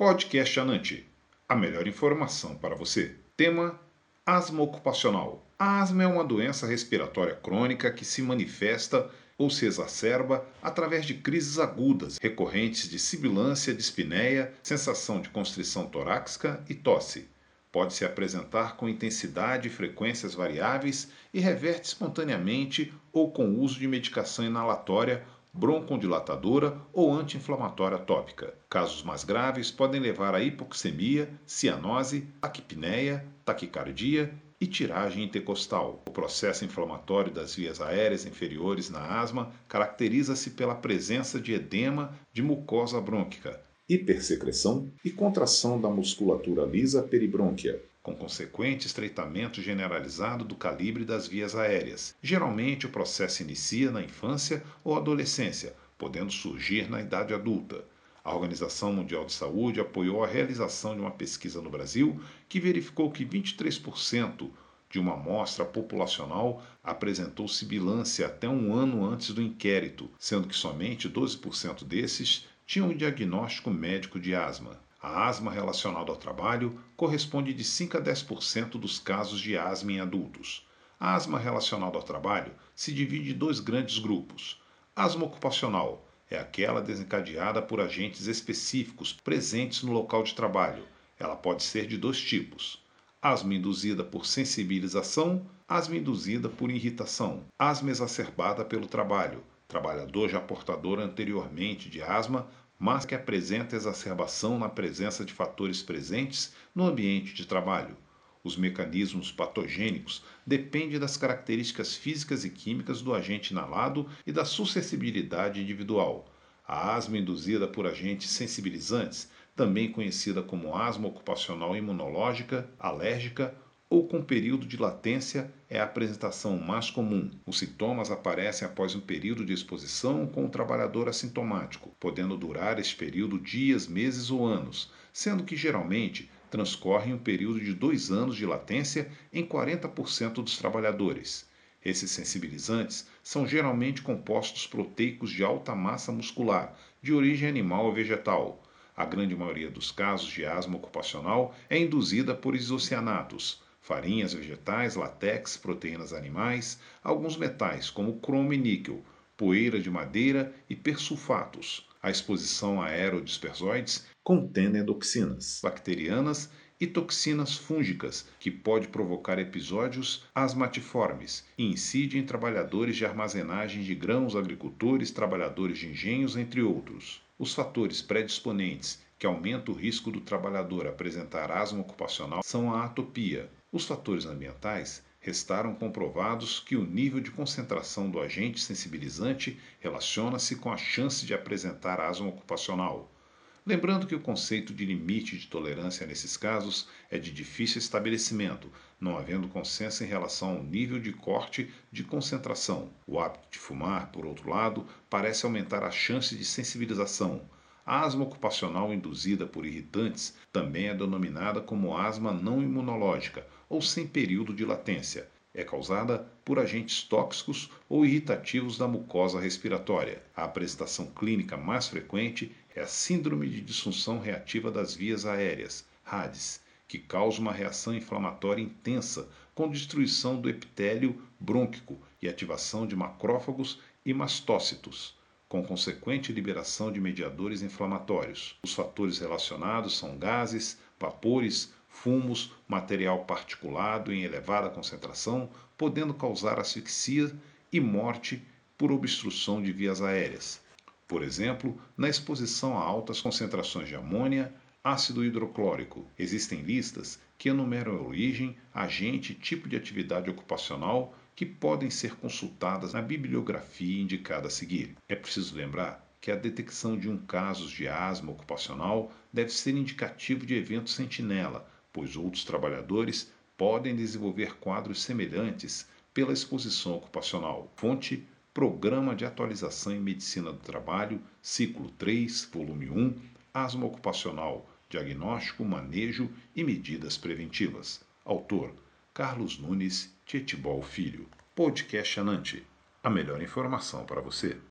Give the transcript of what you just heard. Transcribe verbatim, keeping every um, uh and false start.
Podcast Anante, a melhor informação para você. Tema: asma ocupacional. A asma é uma doença respiratória crônica que se manifesta ou se exacerba através de crises agudas, recorrentes de sibilância, dispneia, sensação de constrição torácica e tosse. Pode se apresentar com intensidade e frequências variáveis e reverte espontaneamente ou com o uso de medicação inalatória, broncodilatadora ou anti-inflamatória tópica. Casos mais graves podem levar a hipoxemia, cianose, taquipneia, taquicardia e tiragem intercostal. O processo inflamatório das vias aéreas inferiores na asma caracteriza-se pela presença de edema de mucosa brônquica, hipersecreção e contração da musculatura lisa peribrônquia, com consequente estreitamento generalizado do calibre das vias aéreas. Geralmente, o processo inicia na infância ou adolescência, podendo surgir na idade adulta. A Organização Mundial de Saúde apoiou a realização de uma pesquisa no Brasil que verificou que vinte e três por cento de uma amostra populacional apresentou sibilância até um ano antes do inquérito, sendo que somente doze por cento desses tinham o diagnóstico médico de asma. A asma relacionada ao trabalho corresponde de cinco a dez por cento dos casos de asma em adultos. A asma relacionada ao trabalho se divide em dois grandes grupos. Asma ocupacional é aquela desencadeada por agentes específicos presentes no local de trabalho. Ela pode ser de dois tipos: asma induzida por sensibilização, asma induzida por irritação, asma exacerbada pelo trabalho, trabalhador já portador anteriormente de asma, mas que apresenta exacerbação na presença de fatores presentes no ambiente de trabalho. Os mecanismos patogênicos dependem das características físicas e químicas do agente inalado e da suscessibilidade individual. A asma induzida por agentes sensibilizantes, também conhecida como asma ocupacional imunológica, alérgica ou com período de latência, é a apresentação mais comum. Os sintomas aparecem após um período de exposição com o trabalhador assintomático, podendo durar este período dias, meses ou anos, sendo que geralmente transcorre um período de dois anos de latência em quarenta por cento dos trabalhadores. Esses sensibilizantes são geralmente compostos proteicos de alta massa muscular, de origem animal ou vegetal. A grande maioria dos casos de asma ocupacional é induzida por isocianatos, farinhas vegetais, látex, proteínas animais, alguns metais como cromo e níquel, poeira de madeira e persulfatos. A exposição a aerodispersoides contém endotoxinas bacterianas e toxinas fúngicas, que pode provocar episódios asmatiformes e incide em trabalhadores de armazenagem de grãos, agricultores, trabalhadores de engenhos, entre outros. Os fatores predisponentes que aumentam o risco do trabalhador apresentar asma ocupacional são a atopia. Os fatores ambientais restaram comprovados que o nível de concentração do agente sensibilizante relaciona-se com a chance de apresentar asma ocupacional. Lembrando que o conceito de limite de tolerância nesses casos é de difícil estabelecimento, não havendo consenso em relação ao nível de corte de concentração. O hábito de fumar, por outro lado, parece aumentar a chance de sensibilização. A asma ocupacional induzida por irritantes também é denominada como asma não imunológica ou sem período de latência. É causada por agentes tóxicos ou irritativos da mucosa respiratória. A apresentação clínica mais frequente é a síndrome de disfunção reativa das vias aéreas, R A D S, que causa uma reação inflamatória intensa com destruição do epitélio brônquico e ativação de macrófagos e mastócitos, com consequente liberação de mediadores inflamatórios. Os fatores relacionados são gases, vapores, fumos, material particulado em elevada concentração, podendo causar asfixia e morte por obstrução de vias aéreas. Por exemplo, na exposição a altas concentrações de amônia, ácido hidroclórico. Existem listas que enumeram a origem, agente e tipo de atividade ocupacional que podem ser consultadas na bibliografia indicada a seguir. É preciso lembrar que a detecção de um caso de asma ocupacional deve ser indicativo de evento sentinela, pois outros trabalhadores podem desenvolver quadros semelhantes pela exposição ocupacional. Fonte: Programa de Atualização em Medicina do Trabalho, Ciclo três, Volume um, Asma Ocupacional, Diagnóstico, Manejo e Medidas Preventivas. Autor: Carlos Nunes Tietibol Filho. Podcast Anante, a melhor informação para você.